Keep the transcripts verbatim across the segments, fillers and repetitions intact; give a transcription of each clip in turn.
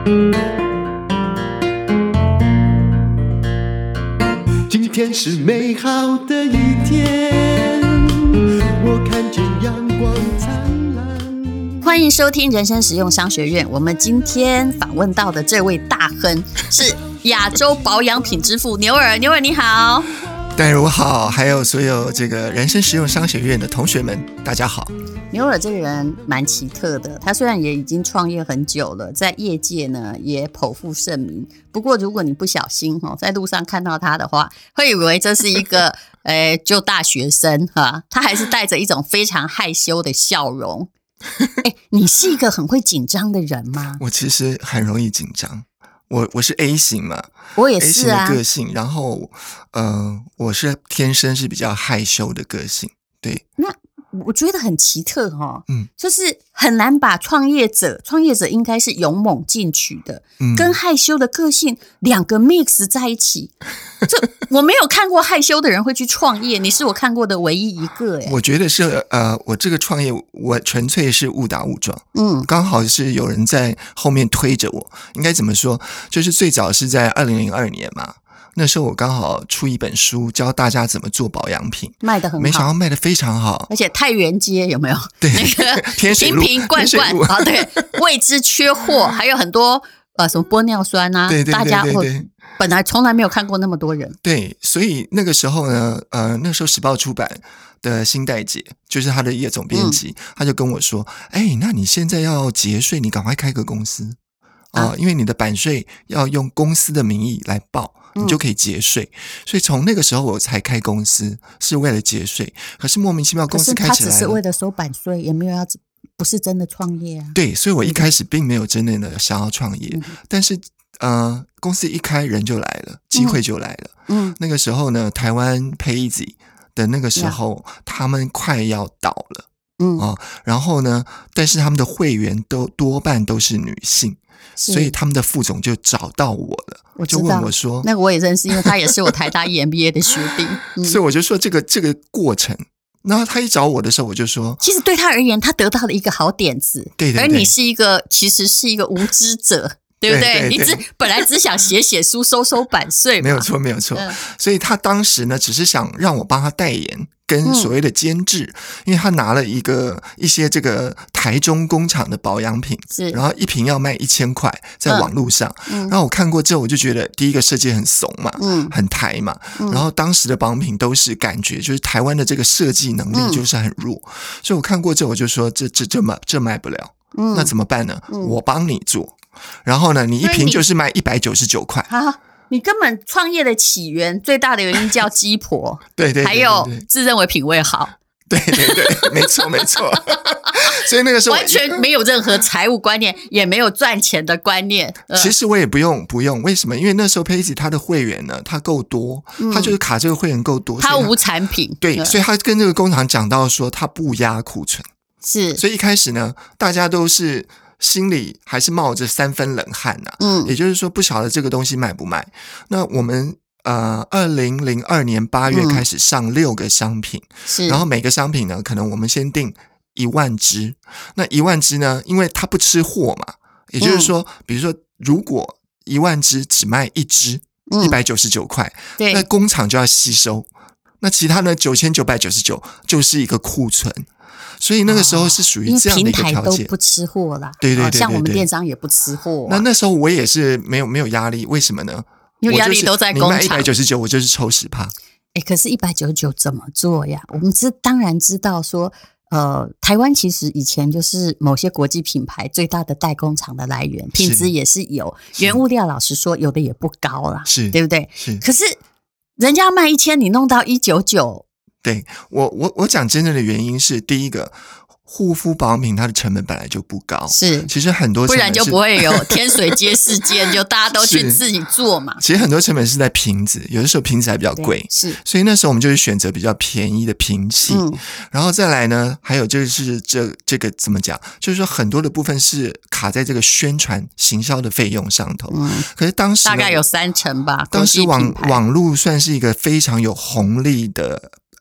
今天是美好的一天，我看见阳光灿烂。 欢迎收听人生实用商学院。我们今天访问到的这位大亨是亚洲保养品之父牛尔。牛尔你好。 戴如好，还有所有这个人生实用商学院的同学们，大家好。 牛尔这个人蛮奇特的，他虽然也已经创业很久了，在业界呢也颇负盛名。不过如果你不小心、哦、在路上看到他的话，会以为这是一个呃就大学生哈，他还是带着一种非常害羞的笑容。欸、你是一个很会紧张的人吗？ 我其实很容易紧张，我我是 A 型嘛， 我也是啊 ，A 型的个性，然后呃，我是天生是比较害羞的个性，对。 那我觉得很奇特哦， 嗯， 就是很难把创业者，创业者应该是勇猛进取的，嗯、跟害羞的个性两个 mix 在一起。这我没有看过害羞的人会去创业，你是我看过的唯一一个耶。 我觉得是呃，我这个创业我纯粹是误打误撞， 嗯， 刚好是有人在后面推着我。应该怎么说？就是最早是在二零零二年嘛。那时候我刚好出一本书，教大家怎么做保养品， 卖得很好， 没想到卖得非常好， 而且太原街有没有？ 对， 那个天水路瓶瓶罐罐啊，对，为之缺货，还有很多呃什么玻尿酸啊， 对对对对对，大家我本来从来没有看过那么多人， 对，所以那个时候呢，呃，那时候时报出版的辛代姐，就是他的业总编辑，嗯、他就跟我说，哎，那你现在要节税，你赶快开个公司啊、呃，因为你的版税要用公司的名义来报。你就可以节税、嗯、所以从那个时候我才开公司，是为了节税。可是莫名其妙公司开起来了， 可是他只是为了收版税，也没有要，不是真的创业啊。 对，所以我一开始并没有真正的想要创业、嗯、但是呃，公司一开人就来了，机会就来了。嗯，那个时候呢，台湾 Payzy 的那个时候、嗯、他们快要倒了。嗯、哦、然后呢，但是他们的会员都多半都是女性。所以他们的副总就找到我了， 我就问我说：“ 那个我也认识，因为他也是我台大 E M B A 的学弟。嗯” 所以我就说这个这个过程。然后他一找我的时候，我就说：“ 其实对他而言，他得到了一个好点子。 对对对， 而你是一个其实是一个无知者。”对不对？ 对对对， 你只本来只想写写书、收收版税嘛， 没有错，没有错。嗯、所以他当时呢，只是想让我帮他代言跟所谓的监制，嗯、因为他拿了一个一些这个台中工厂的保养品， 是， 然后一瓶要卖一千块，在网络上。嗯、然后我看过之后，我就觉得第一个设计很怂嘛，嗯，很台嘛。嗯、然后当时的保养品都是感觉就是台湾的这个设计能力就是很弱，嗯、所以我看过之后我就说这这这卖这卖不了，嗯、那怎么办呢？嗯、我帮你做。然后呢，你一瓶就是卖一百九十九块啊！你根本创业的起源最大的原因叫鸡婆， 对 对, 对, 对, 对， 还有自认为品味好， 对对对，没错没错。所以那个时候完全没有任何财务观念，也没有赚钱的观念。 呃、其实我也不用不用，为什么？因为那时候 Payzy 他的会员呢，他够多，嗯、他就是卡这个会员够多， 他无产品， 对，嗯、所以他跟这个工厂讲到说，他不压库存， 是， 所以一开始呢，大家都是。心里还是冒着三分冷汗呐、啊，嗯，也就是说不晓得这个东西卖不卖。那我们呃，二零零二年八月开始上六个商品， 是、嗯， 然后每个商品呢，可能我们先定一万支。那一万支呢，因为它不吃货嘛，也就是说，嗯、比如说如果一万支只卖一支，一百九十九块， 对， 那工厂就要吸收，那其他呢九千九百九十九就是一个库存。所以那个时候是属于这样的一个条件， 因为平台都不吃货啦， 对对 对, 对, 对, 对， 像我们电商也不吃货、啊。 那那时候我也是没有没有压力，为什么呢？ 因为压力都在工厂。 你卖一百九十九，我就是抽十趴。 哎，可是一百九十九怎么做呀？我们知当然知道说，呃，台湾其实以前就是某些国际品牌最大的代工厂的来源，品质也是有，是原物料老实说有的也不高啦， 是， 对不对？ 是。 可是人家卖一千，你弄到一九九。 对，我我我讲真正的原因是，第一个，护肤保养品它的成本本来就不高， 是， 其实很多成本是， 不然就不会有天水街事件，就大家都去自己做嘛。 其实很多成本是在瓶子，有的时候瓶子还比较贵， 是， 所以那时候我们就是选择比较便宜的瓶器，嗯、然后再来呢，还有就是这这个怎么讲，就是说很多的部分是卡在这个宣传行销的费用上头，嗯，可是当时大概有三成吧， 当时网网络算是一个非常有红利的。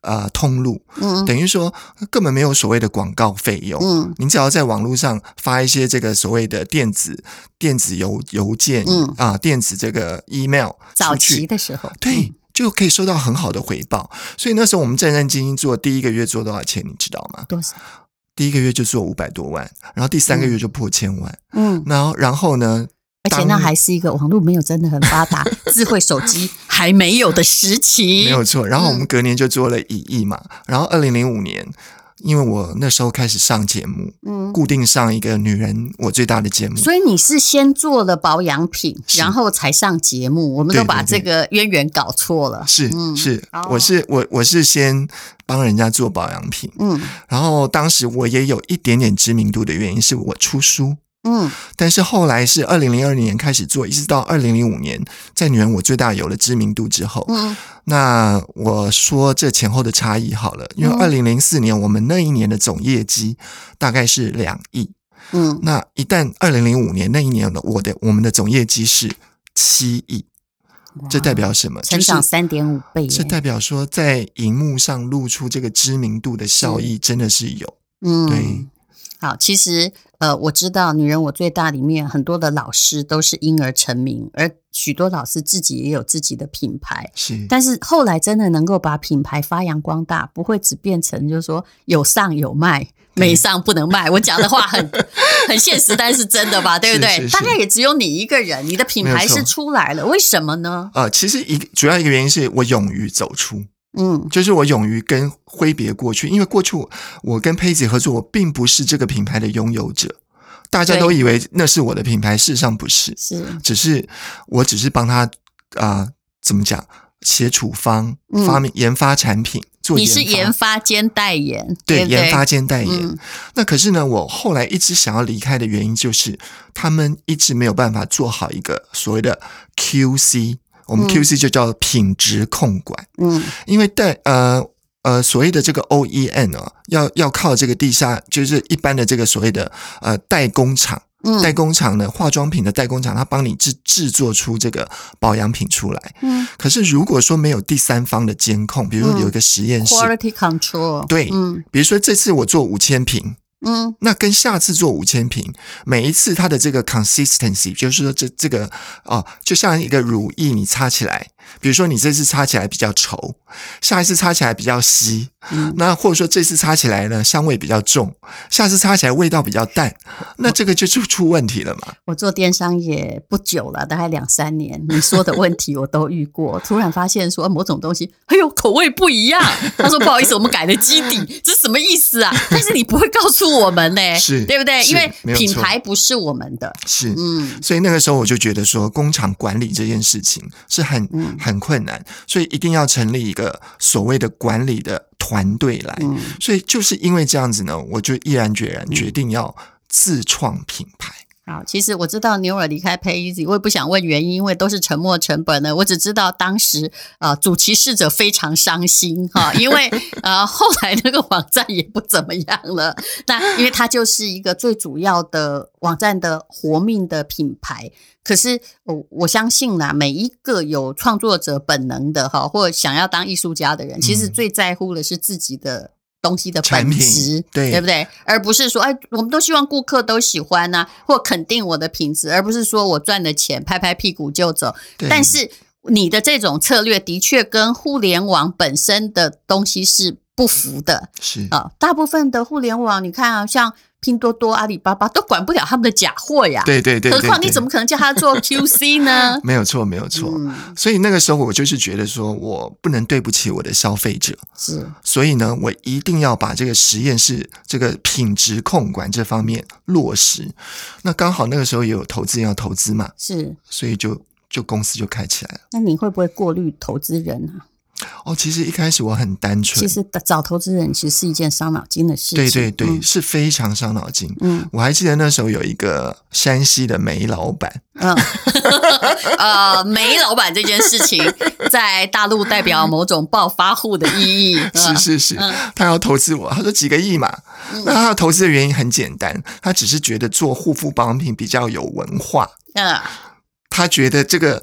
呃通路， 嗯， 等于说根本没有所谓的广告费用， 嗯， 你只要在网络上发一些这个所谓的电子电子邮邮件， 嗯啊，电子这个 email 早出去期的时候， 对。 嗯就可以收到很好的回报，所以那时候我们战战兢兢做第一个月做多少钱，你知道吗？ 多少？ 第一个月就做五百多万，然后第三个月就破千万， 嗯， 然后然后呢？ 而且那还是一个网络没有真的很发达，智慧手机还没有的时期， 没有错。然后我们隔年就做了一亿嘛，嗯、然后二零零五年。因为我那时候开始上节目，嗯，固定上一个女人我最大的节目， 所以你是先做了保养品，然后才上节目。我们都把这个渊源搞错了。 是、 嗯、 是， 哦、 我是我我是先帮人家做保养品，嗯，然后当时我也有一点点知名度的原因是我出书。嗯，但是后来是二零零二年开始做，一直到二零零五年，在女人我最大有了知名度之后，嗯，那我说这前后的差异好了，因为二零零四年我们那一年的总业绩大概是两亿，嗯，那一旦二零零五年那一年的我的我们的总业绩是七亿。这代表什么？ 成长 三点五 倍、 就是、这代表说在荧幕上露出这个知名度的效益真的是有，嗯，对。 好，其实呃，我知道女人我最大里面很多的老师都是因而成名，而许多老师自己也有自己的品牌， 是。 但是后来真的能够把品牌发扬光大，不会只变成就是说有上有卖，没上不能卖。我讲的话很很现实，但是真的吧，对不对？ 是是是， 大概也只有你一个人，你的品牌是出来了，为什么呢？ 呃，其实一主要一个原因是我勇于走出。嗯，就是我勇于跟挥别过去，因为过去我跟佩姐合作，我并不是这个品牌的拥有者，大家都以为那是我的品牌，事实上不是， 是， 只是我只是帮他啊、呃，怎么讲，写处方、发明、研发产品，做研发。 你是研发兼代言， 对， 对对研发兼代言、 嗯。 那可是呢，我后来一直想要离开的原因，就是他们一直没有办法做好一个所谓的 Q C。我们 Q C 就叫品质控管，嗯，因为代呃呃所谓的这个 O E M 啊，要要靠这个地下，就是一般的这个所谓的呃代工厂，嗯，代工厂呢，化妆品的代工厂，它帮你制制作出这个保养品出来，嗯，可是如果说没有第三方的监控，比如说有一个实验室、 嗯、，quality control， 对，嗯，比如说这次我做五千瓶。嗯，那跟下次做五千瓶，每一次它的这个 consistency， 就是说这这个哦，就像一个乳液，你擦起来，比如说你这次擦起来比较稠，下一次擦起来比较稀，嗯，那或者说这次擦起来呢香味比较重，下次擦起来味道比较淡，那这个就出出问题了嘛。 我做电商也不久了，大概两三年，你说的问题我都遇过。突然发现说某种东西，哎呦口味不一样，他说不好意思，我们改了基底，这是什么意思啊？但是你不会告诉我们呢， 是， 对不对？因为品牌不是我们的， 是，嗯，所以那个时候我就觉得说，工厂管理这件事情是很、嗯、很困难，所以一定要成立一个所谓的管理的团队来、嗯。所以就是因为这样子呢，我就毅然决然决定要自创品牌。 好，其实我知道牛尔离开 PayEasy， 我也不想问原因，因为都是沉没成本的。我只知道当时呃，主其事者非常伤心哈，因为呃后来那个网站也不怎么样了。那因为它就是一个最主要的网站的活命的品牌。可是我我相信啦，每一个有创作者本能的哈，或者想要当艺术家的人，其实最在乎的是自己的东西的本质， 对对不对？而不是说，哎，我们都希望顾客都喜欢啊，或肯定我的品质，而不是说我赚了钱拍拍屁股就走。但是你的这种策略的确跟互联网本身的东西是不符的， 是啊，大部分的互联网，你看啊，像拼多多、阿里巴巴都管不了他们的假货呀， 对对 对, 对, 对， 何况你怎么可能叫他做 Q C 呢？ 没有错，没有错、嗯。所以那个时候我就是觉得说，我不能对不起我的消费者， 是， 所以呢，我一定要把这个实验室这个品质控管这方面落实。那刚好那个时候也有投资人要投资嘛， 是， 所以就就公司就开起来了。 那你会不会过滤投资人啊？ 哦，其实一开始我很单纯。 其实找投资人其实是一件伤脑筋的事情。 对对对、 嗯， 是非常伤脑筋。嗯，我还记得那时候有一个山西的煤老板。 嗯，呃，煤老板这件事情在大陆代表某种暴发户的意义。 是是是、嗯，他要投资我，他说几个亿嘛。嗯、那他要投资的原因很简单，他只是觉得做护肤保养品比较有文化。嗯，他觉得这个。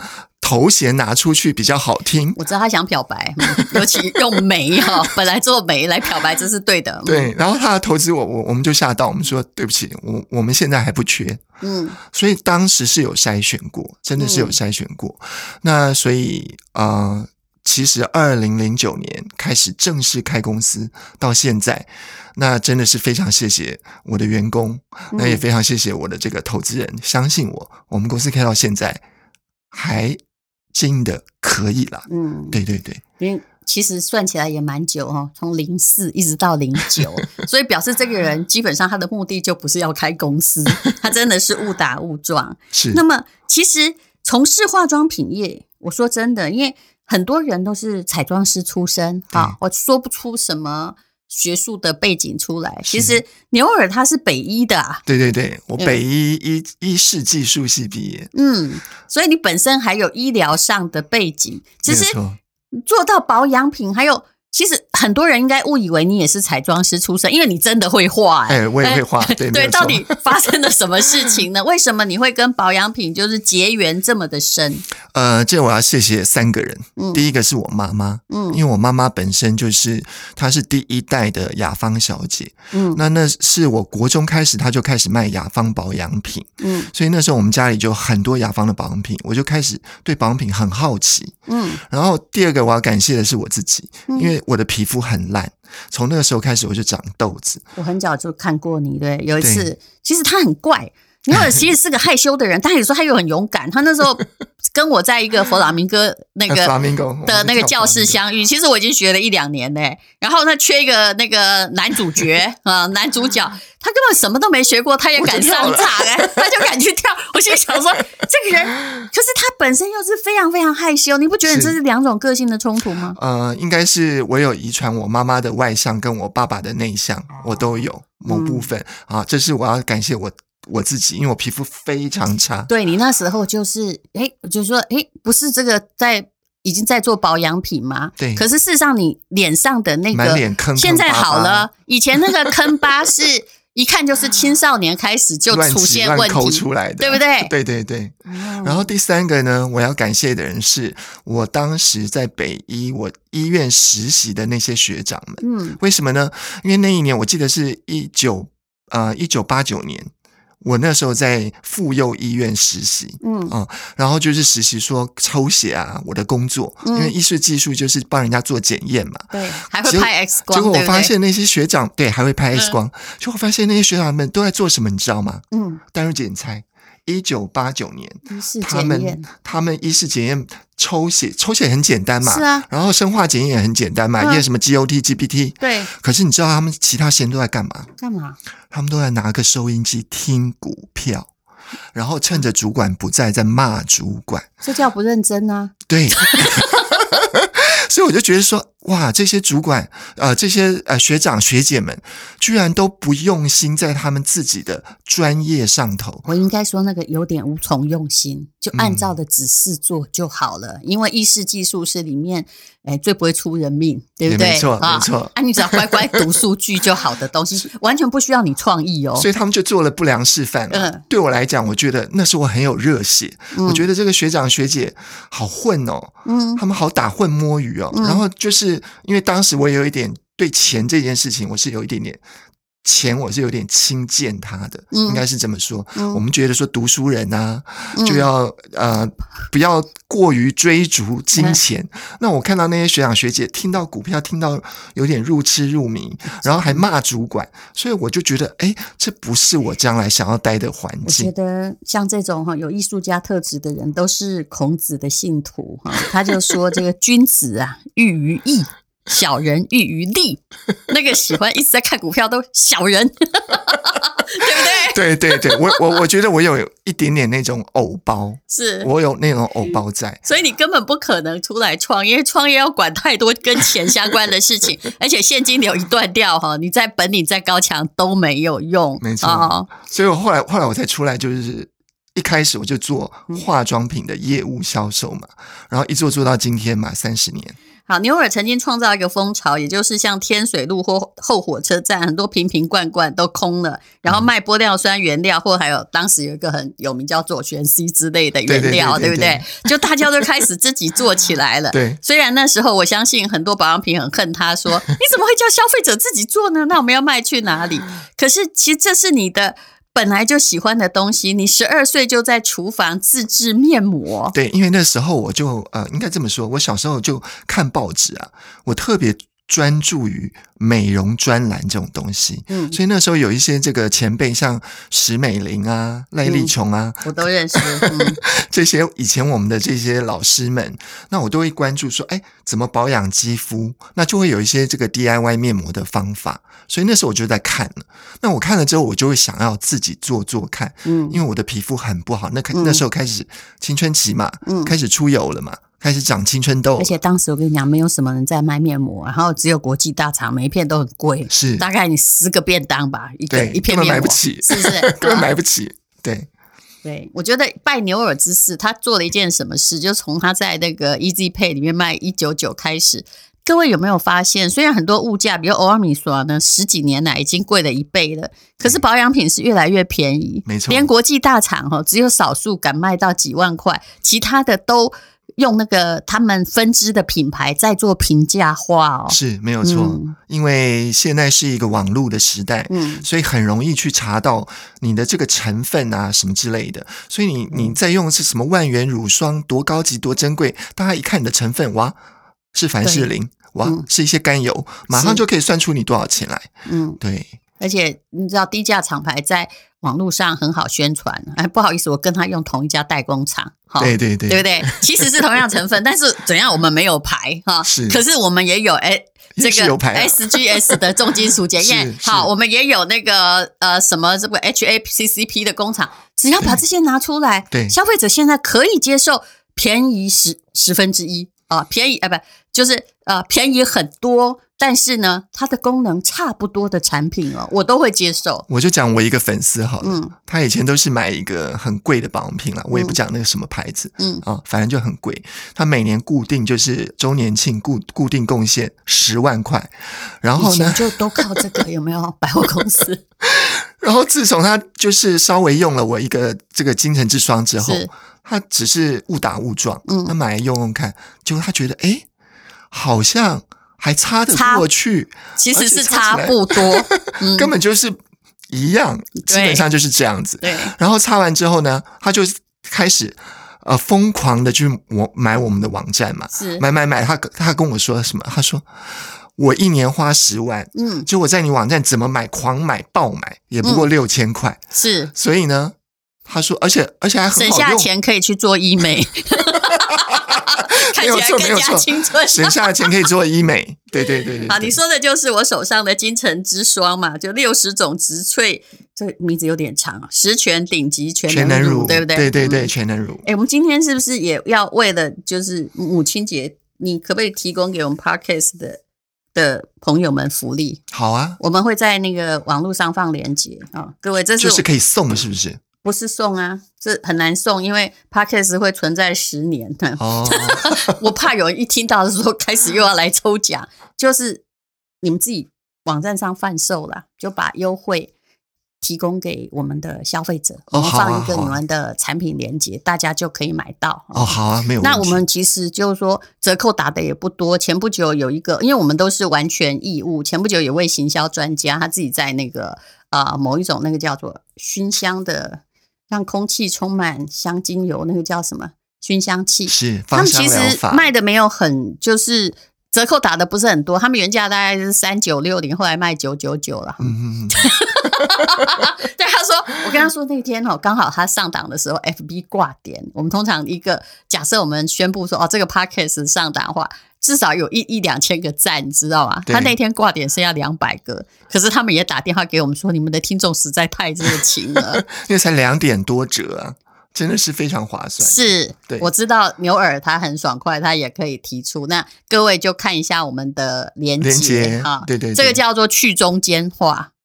头衔拿出去比较好听。 我知道他想漂白，嗯、尤其用媒哈、哦，本来做媒来漂白这是对的。嗯、 对，然后他投资我，我我们就吓到，我们说对不起，我我们现在还不缺。嗯，所以当时是有筛选过，真的是有筛选过。嗯、那所以呃，其实二零零九年开始正式开公司到现在。那真的是非常谢谢我的员工，那也非常谢谢我的这个投资人，嗯、相信我，我们公司开到现在还经营的可以啦。嗯，对对对， 因为其实算起来也蛮久哦，从零四一直到零九，所以表示这个人基本上他的目的就不是要开公司，他真的是误打误撞。 是， 那么其实从事化妆品业，我说真的，因为很多人都是彩妆师出身，好，我说不出什么学术的背景出来。其实牛尔他是北医的啊， 对对对，我北医医医事技术系毕业， 嗯，所以你本身还有医疗上的背景，其实做到保养品，还有其实很多人应该误以为你也是彩妆师出身，因为你真的会画、欸， 哎、欸，我也会画， 欸、 对对，到底发生了什么事情呢？为什么你会跟保养品就是结缘这么的深？ 呃，这我要谢谢三个人。嗯，第一个是我妈妈，嗯，因为我妈妈本身就是她是第一代的雅芳小姐，嗯，那那是我国中开始，她就开始卖雅芳保养品，嗯，所以那时候我们家里就很多雅芳的保养品，我就开始对保养品很好奇，嗯，然后第二个我要感谢的是我自己，因为我的皮肤很烂。从那个时候开始我就长痘子。我很早就看过你，对，有一次其实他很怪，牛尔其实是个害羞的人，但有时候他又很勇敢。他那时候跟我在一个佛朗明哥那个的那个教室相遇，其实我已经学了一两年嘞。然后他缺一个那个男主角啊、呃，男主角，他根本什么都没学过，他也敢上场哎、欸，他就敢去跳。我心想说，这个人，可是他本身又是非常非常害羞，你不觉得这是两种个性的冲突吗？ 呃，应该是我有遗传我妈妈的外向跟我爸爸的内向，我都有某部分、嗯、啊，这是我要感谢我。我自己，因为我皮肤非常差。 对，你那时候就是诶就是说诶不是这个在已经在做保养品吗？ 对。 可是事实上你脸上的那个满脸坑坑巴巴， 现在好了，以前那个坑疤是一看就是青少年开始就出现问题， 乱抠出来的， 对不对？ 对对对。嗯、然后第三个呢，我要感谢的人是我当时在北医我医院实习的那些学长们。嗯，为什么呢？因为那一年我记得是一九呃一九八九年。我那时候在妇幼医院实习，嗯啊、嗯，然后就是实习说抽血啊，我的工作，嗯、因为医事技术就是帮人家做检验嘛， 对，还会拍 X 光， 结果我发现那些学长 对, 对还会拍 X 光，嗯、结果我发现那些学长们都在做什么，你知道吗？嗯，单日检猜。一九八九年，他们他们医事检验抽血，抽血很简单嘛， 是啊， 然后生化检验也很简单嘛，验、嗯、什么 G O T、G P T， 对。 可是你知道他们其他时间都在干嘛？ 干嘛？ 他们都在拿个收音机听股票，然后趁着主管不在，在骂主管， 这叫不认真啊！ 对。所以我就觉得说，哇，这些主管，呃，这些呃学长学姐们，居然都不用心在他们自己的专业上头。 我应该说那个有点无从用心，就按照的指示做就好了。嗯、因为医事技术是里面，哎，最不会出人命，对不对？ 没错， 啊、 没错。 啊，你只要乖乖读数据就好的东西，完全不需要你创意哦。 所以他们就做了不良示范了。嗯，对我来讲，我觉得那是我很有热血。嗯、我觉得这个学长学姐好混哦，嗯，他们好打混摸鱼哦。嗯、然后就是因为当时我也有一点对钱这件事情，我是有一点点钱，我是有点轻贱他的，嗯、应该是这么说。嗯、我们觉得说读书人啊，嗯、就要呃不要过于追逐金钱。嗯、那我看到那些学长学姐听到股票听到有点入痴入迷，然后还骂主管，所以我就觉得，哎，这不是我将来想要待的环境。 我觉得像这种哈有艺术家特质的人，都是孔子的信徒哈。他就说这个君子啊，喻于义。小人喻于利，那个喜欢一直在看股票都小人，对不对？ 对对对，我我我觉得我有一点点那种偶包， 是我有那种偶包在， 所以你根本不可能出来创业，创业要管太多跟钱相关的事情，而且现金流一断掉哈，你在本领再高强都没有用， 没错。哦、所以我后来后来我才出来就是。 一开始我就做化妆品的业务销售嘛，然后一做做到今天嘛，三十年。 好，牛尔曾经创造一个风潮，也就是像天水路或后火车站，很多瓶瓶罐罐都空了，然后卖玻尿酸原料，或还有当时有一个很有名叫左旋 C 之类的原料，对不对？就大家都开始自己做起来了。 对， 虽然那时候我相信很多保养品很恨他说，你怎么会叫消费者自己做呢？那我们要卖去哪里？可是其实这是你的本来就喜欢的东西，你十二岁就在厨房自制面膜。 对，因为那时候我就呃，应该这么说，我小时候就看报纸啊，我特别专注于美容专栏这种东西，嗯，所以那时候有一些这个前辈，像石美玲啊、赖丽琼啊， 嗯、我都认识，嗯、 这些以前我们的这些老师们，那我都会关注说，哎，怎么保养肌肤？那就会有一些这个 D I Y 面膜的方法，所以那时候我就在看了。那我看了之后，我就会想要自己做做看，嗯，因为我的皮肤很不好，那那时候开始青春期嘛，嗯，开始出油了嘛。开始长青春痘， 而且当时我跟你讲，没有什么人在卖面膜，然后只有国际大厂，每一片都很贵， 是大概你十个便当吧，一个一片面膜，根本买不起， 是不是？ 根本买不起，对。 对，我觉得拜牛尔之赐，他做了一件什么事？就从他在那个 Easy Pay 里面卖一百九十九开始。各位有没有发现，虽然很多物价，比如欧尔米刷呢，十几年来已经贵了一倍了，可是保养品是越来越便宜， 没错， 连国际大厂哦，只有少数敢卖到几万块，其他的都用那个他们分支的品牌在做平价化哦， 是没有错、嗯、因为现在是一个网络的时代、嗯、所以很容易去查到你的这个成分啊什么之类的，所以你你在用的是什么万元乳霜多高级多珍贵，大家一看你的成分，哇，是凡士林，哇、嗯、是一些甘油，马上就可以算出你多少钱来。嗯，对， 而且你知道低价厂牌在网络上很好宣传，哎，不好意思，我跟他用同一家代工厂， 对对对， 对不对？其实是同样成分，但是怎样我们没有牌哈， 是， 可是我们也有哎。这个 S G S 的重金属检验，好，我们也有那个呃什么这个 H A C C P 的工厂，只要把这些拿出来， 对， 消费者现在可以接受便宜十十分之一啊，便宜啊不就是呃便宜很多。但是呢，它的功能差不多的产品哦，我都会接受。 我就讲我一个粉丝好了，嗯，他以前都是买一个很贵的保养品啦，我也不讲那个什么牌子，嗯啊，反正就很贵。他每年固定就是周年庆固固定贡献十万块，然后呢， 以前就都靠这个有没有百货公司？ 然后自从他就是稍微用了我一个这个金城之霜之后，他只是误打误撞，嗯，他买来用用看，结果他觉得哎，好像。还擦得过去， 其实是差不多、 嗯、根本就是一样，基本上就是这样子。 对， 然后擦完之后呢，他就开始呃疯狂的去买我们的网站嘛， 是买买买。他他跟我说什么？他说我一年花十万，嗯，就我在你网站怎么买，狂买爆买，也不过六千块， 是。 所以呢，他说，而且而且还很好用， 省下钱可以去做医美。看起来更加青春， 省下的钱可以做医美。对对 对, 对, 对好，你说的就是我手上的金城之霜嘛，就六十种植萃，这个名字有点长，十全顶级全能 乳, 乳对不对？ 对对对，嗯、全能乳。 哎，我们今天是不是也要为了就是母亲节，你可不可以提供给我们 Podcast 的的朋友们福利？ 好啊， 我们会在那个网络上放链接啊、哦，各位，这是就是可以送，是不是？ 不是送啊，这很难送，因为 Podcast 会存在十年。哦，我怕有人一听到的时候开始又要来抽奖，就是你们自己网站上贩售啦，就把优惠提供给我们的消费者， 哦、 我们放一个你们的产品连结，大家就可以买到。 哦，好啊，没有问题。 那我们其实就是说折扣打的也不多。前不久有一个，因为我们都是完全义务，前不久有位行销专家，他自己在那个呃某一种那个叫做熏香的。让空气充满香精油，那个叫什么熏香器？ 是， 他们其实卖的没有很，就是折扣打的不是很多。他们原价大概是三九六零，后来卖九九九了。嗯嗯嗯。对，他说，我跟他说那天哦，刚好他上档的时候 ，F B 挂点。我们通常一个假设我们宣布说哦，这个 podcast 上档的话。至少有一一两千个赞，你知道吗？他那天挂点剩下两百个，可是他们也打电话给我们说，你们的听众实在太热情了， 因为才两点多折啊，真的是非常划算。 是，对，我知道牛耳他很爽快，他也可以提出。那各位就看一下我们的连结啊， 对 对, 对， 这个叫做去中间化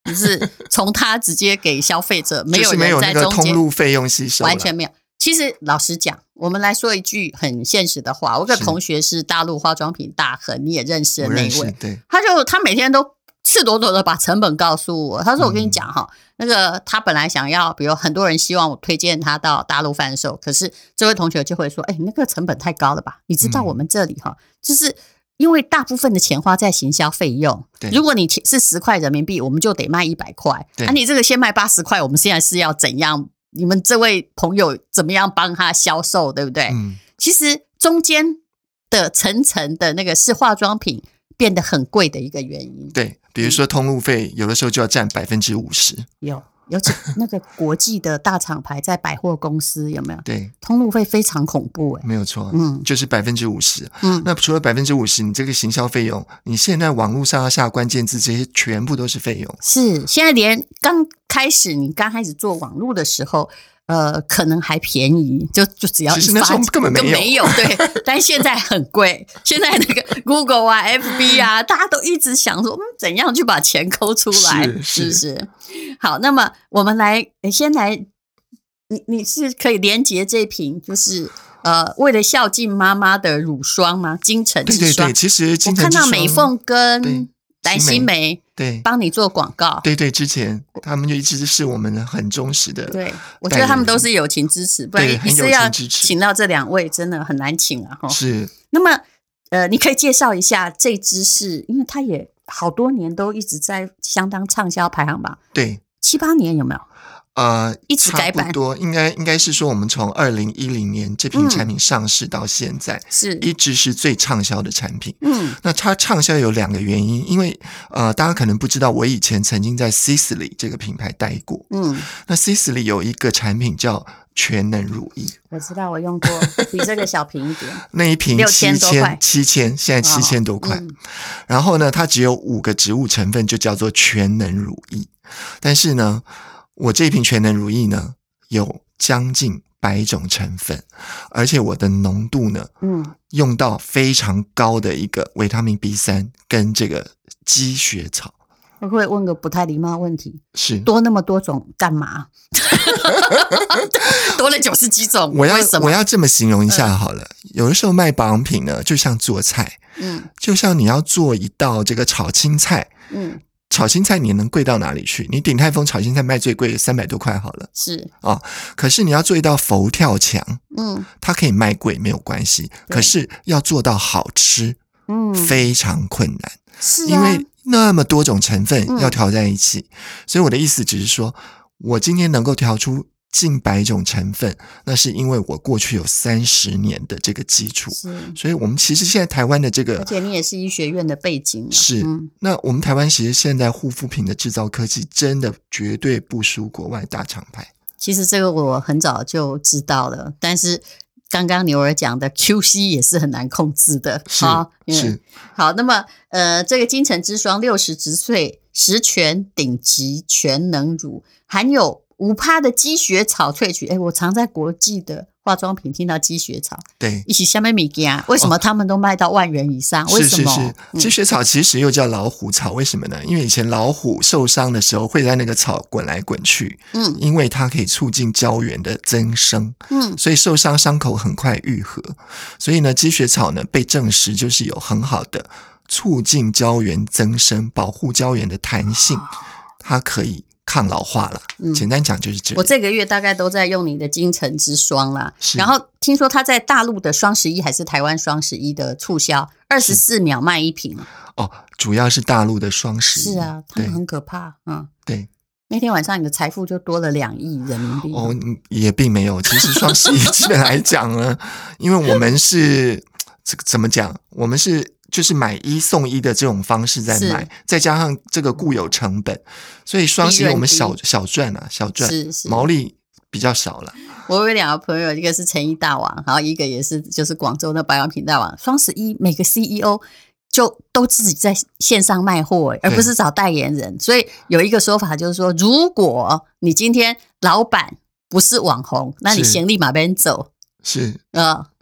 就是从他直接给消费者，没有就是没有人在中间， 那个通路费用吸收， 完全没有。其实老实讲，我们来说一句很现实的话，我有个同学是大陆化妆品大亨，你也认识的那一位， 对， 他就他每天都赤裸裸的把成本告诉我。他说：“我跟你讲哈、嗯，那个他本来想要，比如很多人希望我推荐他到大陆贩售，可是这位同学就会说：‘哎，那个成本太高了吧？你知道我们这里哈、嗯，就是因为大部分的钱花在行销费用。如果你是十块人民币，我们就得卖一百块。那、啊、你这个先卖八十块，我们现在是要怎样？你们这位朋友怎么样帮他销售，对不对？嗯，其實中間的層層的那個是化妝品變得很貴的一個原因。 對，比如說通路費有的時候就要佔百分之五十。 有，尤其那個國際的大廠牌在百貨公司有沒有？ 對， 通路費非常恐怖誒、欸。 沒有錯，嗯，就是百分之五十。嗯，那除了百分之五十，你這個行銷費用，你現在網絡上要下關鍵字，這些全部都是費用。 是，現在連剛開始你剛開始做網絡的時候，呃，可能還便宜，就就只要一發， 其實那時候根本沒有， 沒有對，但現在很貴。現在那個 Google 啊、F B 啊，大家都一直想說，嗯，怎樣去把錢摳出來，是，是不是？好，那麼我們來先來，你你是可以連結這瓶，就是呃，為了孝敬媽媽的乳霜嗎？京城之霜。 對對對，其實京城之霜， 我看到美鳳跟藍心湄對幫你做廣告， 對對，之前他們就一直是我們很忠實的， 對，我覺得他們都是友情支持，不然一次要請到這兩位真的很難請啊。 是， 那麼呃，你可以介紹一下這支是，因為它也好多年都一直在相當暢銷排行榜， 對， 七八年有沒有？ 呃， 一直改版， 差不多，應該應該是說，我們從二零一零年這瓶產品上市到現在，是、嗯、一直是最暢銷的產品。嗯，那它暢銷有兩個原因，因為呃，大家可能不知道，我以前曾經在 Sisley 這個品牌待過。嗯，那 Sisley 有一個產品叫全能乳液， 我知道，我用過，比這個小瓶一點， 那一瓶七千，七千，現在七千多塊。哦嗯、然後呢，它只有五個植物成分，就叫做全能乳液，但是呢。我這瓶全能乳液呢，有將近百種成分，而且我的濃度呢，嗯，用到非常高的一個維他命 B 三跟這個積雪草。 我會問個不太禮貌問題， 是多那麼多種幹嘛？多了九十幾種， 我要為什麼？ 我要這麼形容一下好了。嗯、有的時候賣保養品呢，就像做菜，嗯，就像你要做一道這個炒青菜，嗯。炒青菜你能貴到哪裡去？你鼎泰豐炒青菜賣最貴三百多塊好了，是啊、哦。可是你要做一道佛跳牆，嗯，它可以賣貴沒有關係，可是要做到好吃，嗯，非常困難，是、啊、因為那麼多種成分要調在一起、嗯。所以我的意思只是說，我今天能夠調出近百種成分，那是因為我過去有三十年的這個基礎，所以我們其實現在台灣的這個， 而且你也是醫學院的背景， 是、嗯。那我們台灣其實現在護膚品的製造科技真的絕對不輸國外大廠牌。 其實這個我很早就知道了，但是剛剛牛兒講的 Q C 也是很難控制的， 是、 哦、 是。 好，那麼呃，這個京城之霜六十植萃十全頂級全能乳，含有五趴的積雪草萃取，哎，我常在國際的化妝品聽到積雪草， 對， 一起下面米給啊，為什麼他們都賣到萬元以上？ 哦、 為什麼？ 是是是，積雪草其實又叫老虎草，為什麼呢？因為以前老虎受傷的時候會在那個草滾來滾去，嗯，因為它可以促進膠原的增生，嗯，所以受傷傷口很快愈合，所以呢，積雪草呢被證實就是有很好的促進膠原增生、保護膠原的彈性，它可以抗老化了、嗯，簡單講就是這樣。 我這個月大概都在用你的京城之霜啦，然後聽說它在大陸的雙十一還是台灣雙十一的促銷，二十四秒賣一瓶。 哦，主要是大陸的雙十一。 是啊，他們很可怕。嗯， 對。 那天晚上你的財富就多了兩億人民幣。 哦，也並沒有。其實雙十一基本來講呢，因為我們是這個怎麼講，我們是。就是買一送一的這種方式在買，再加上這個固有成本，所以雙十一我們小小賺啊，小賺，是是毛利比較少了。 我有兩個朋友，一個是成衣大王，然後一個也是就是廣州的保養品大王。雙十一每個 C E O 就都自己在線上賣貨，而不是找代言人。所以有一個說法就是說，如果你今天老闆不是網紅，那你先立馬邊走。 是， 嗯。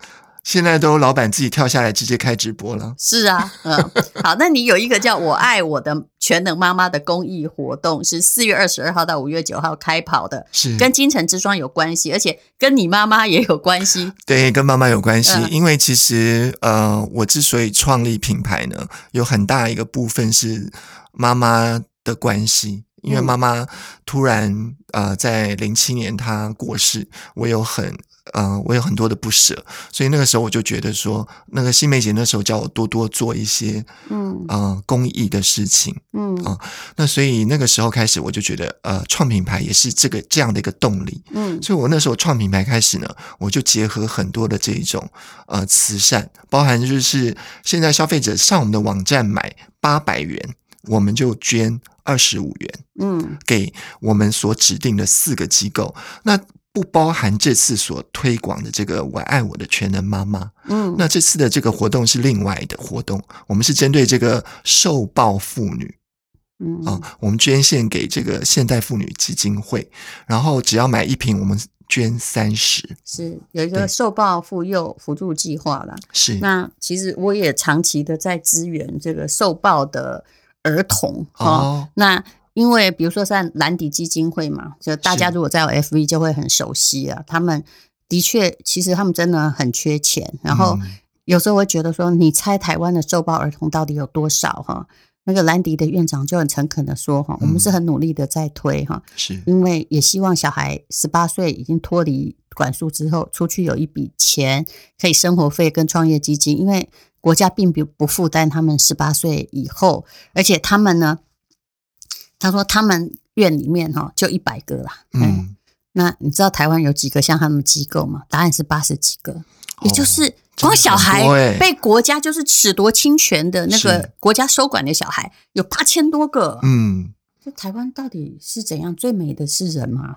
现在都老板自己跳下来直接开直播了。 是啊，嗯，好，那你有一个叫我爱我的全能妈妈的公益活动，是四月二十二号到五月九号开跑的， 是跟精诚之窗有关系，而且跟你妈妈也有关系。 对，跟妈妈有关系， 嗯、 因为其实呃，我之所以创立品牌呢，有很大一个部分是妈妈的关系。因为妈妈突然呃在零七年她过世，我有很呃我有很多的不舍，所以那个时候我就觉得说，那个新梅姐那时候叫我多多做一些嗯呃公益的事情，嗯啊、呃，那所以那个时候开始我就觉得呃创品牌也是这个这样的一个动力，嗯，所以我那时候创品牌开始呢，我就结合很多的这一种呃慈善，包含就是现在消费者上我们的网站买八百元，我们就捐二十五元，嗯，给我们所指定的四个机构，那不包含这次所推广的这个我爱我的全能妈妈，嗯，那这次的这个活动是另外的活动，我们是针对这个受暴妇女，嗯啊，我们捐献给这个现代妇女基金会，然后只要买一瓶，我们捐三十， 是有一个受暴妇幼辅助计划啦。 是， 那其实我也长期的在支援这个受暴的儿童哦，哦那因为比如说像兰迪基金会嘛，就大家如果在有 F B 就会很熟悉啊。他们的确，其实他们真的很缺钱，然后有时候会觉得说，你猜台湾的受暴儿童到底有多少哈？那个兰迪的院长就很诚恳的说哈，我们是很努力的在推哈， 是因为也希望小孩十八岁已经脱离管束之后，出去有一笔钱可以生活费跟创业基金，因为国家并不不负担他们十八岁以后，而且他们呢，他说他们院里面哈就一百个啦，嗯，嗯，那你知道台湾有几个像他们机构吗？答案是八十几个，哦，也就是光小孩被国家就是褫夺侵权的那个国家收管的小孩有八千多个，嗯，这台湾到底是怎样？最美的是人吗？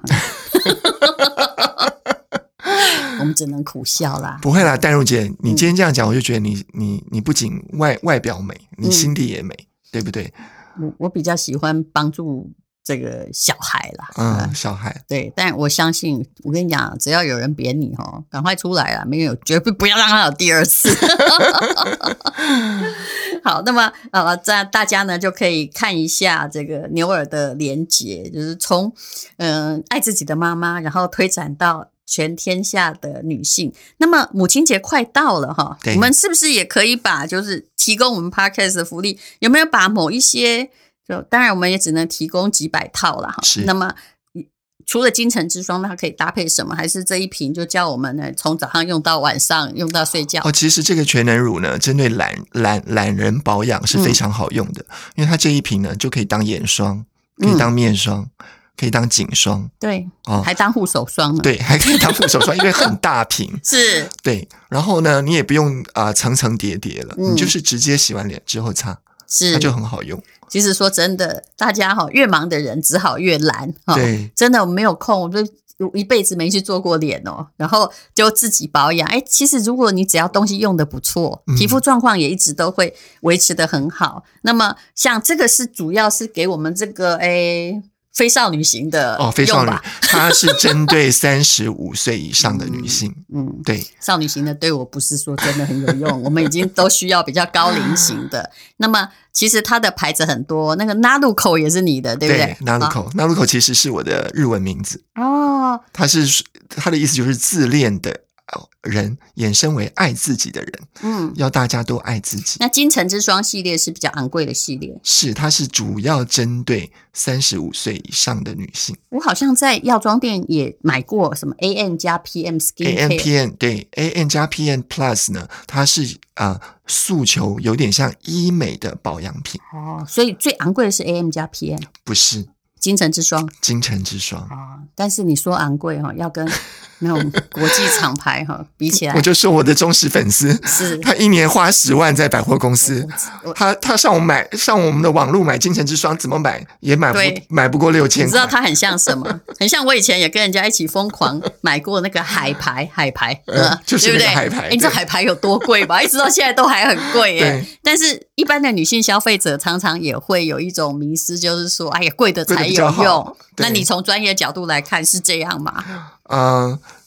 我们只能苦笑啦。 不会啦，淡如姐，你今天这样讲，我就觉得你你你不仅外外表美，你心地也美，嗯，对不对？ 我我比较喜欢帮助这个小孩啦， 嗯，小孩对，但我相信，我跟你讲，只要有人扁你哈，赶快出来啦，没有绝对不要让他有第二次。好，那么呃，这样大家呢就可以看一下这个牛耳的连结，就是从嗯、呃、爱自己的妈妈，然后推展到全天下的女性。那么母亲节快到了哈，我们是不是也可以把就是提供我们 Podcast 的福利，有没有把某一些，就当然我们也只能提供几百套啦哈。那么除了精诚之霜，它可以搭配什么？还是这一瓶就叫我们呢从早上用到晚上，用到睡觉？ 哦，其实这个全能乳呢，针对懒懒懒人保养是非常好用的，嗯，因为它这一瓶呢就可以当眼霜，可以当面霜。嗯，可以当颈霜， 对，哦，还当护手霜呢。 对，还可以当护手霜，因为很大瓶， 是， 对。然后呢，你也不用啊，呃、层层叠叠了，嗯，你就是直接洗完脸之后擦，是，它就很好用。 其实说真的，大家哈越忙的人只好越懒， 对， 真的我没有空，我就一辈子没去做过脸哦，然后就自己保养。哎，其实如果你只要东西用的不错，嗯，皮肤状况也一直都会维持的很好。那么像这个是主要是给我们这个哎。非少女型的哦，非少女，它是针对三十五岁以上的女性。嗯，嗯对， 少女型的对我不是说真的很有用，我们已经都需要比较高龄型的。那么其实它的牌子很多，那个 Naruko 也是你的，对不对？ 对 ，Naruko， Naruko 其实是我的日文名字哦。它是它的意思就是自恋的人衍生为爱自己的人，嗯，要大家都爱自己。 那精诚之霜系列是比较昂贵的系列， 是它是主要针对三十五岁以上的女性。 我好像在药妆店也买过什么 A N 加 P M Skin A N P N 对 A N 加 P N Plus 呢，它是呃诉求有点像医美的保养品哦，所以最昂贵的是 A M 加 P N， 不是精诚之霜， 精诚之霜啊，但是你说昂贵哈，要跟那种国际厂牌哈比起来， 我就说我的忠实粉丝是，他一年花十万在百货公司，他他上我买上我们的网络买精诚之霜，怎么买也买不买不过六千。 你知道他很像什么？很像我以前也跟人家一起疯狂买过那个海牌，海牌， 嗯，就是那个海牌。 欸、你知道海牌有多贵吧？一直到现在都还很贵耶。但是一般的女性消费者常常也会有一种迷思，就是说，哎呀，贵的才有用。那你从专业角度来看是这样吗？ 嗯，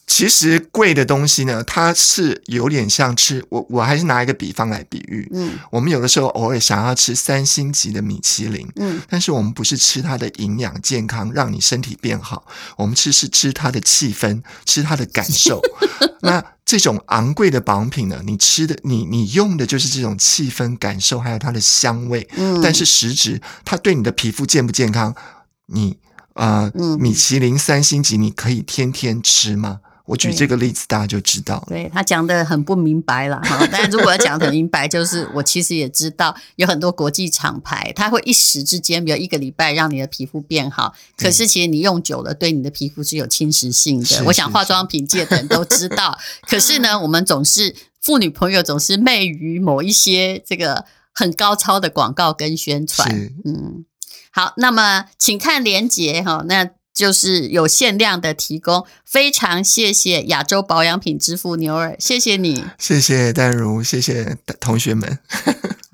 其实贵的东西呢，它是有点像吃，我我还是拿一个比方来比喻，嗯，我们有的时候偶尔想要吃三星级的米其林，嗯，但是我们不是吃它的营养健康，让你身体变好，我们吃是吃它的气氛，吃它的感受。那这种昂贵的保养品呢，你吃的你你用的就是这种气氛感受，还有它的香味，嗯，但是实质它对你的皮肤健不健康，你呃、嗯、米其林三星级你可以天天吃吗？我举这个例子大家就知道了。 对，他讲的很不明白啦，但如果要讲得明白，就是我其实也知道有很多国际厂牌，它会一时之间比如一个礼拜让你的皮肤变好，可是其实你用久了对你的皮肤是有侵蚀性的，我想化妆品界的人都知道。可是呢，我们总是妇女朋友总是媚于某一些这个很高超的广告跟宣传。嗯，好，那么请看连结哈，那就是有限量的提供，非常谢谢亚洲保养品之父牛尔，谢谢你， 谢谢淡如，谢谢同学们。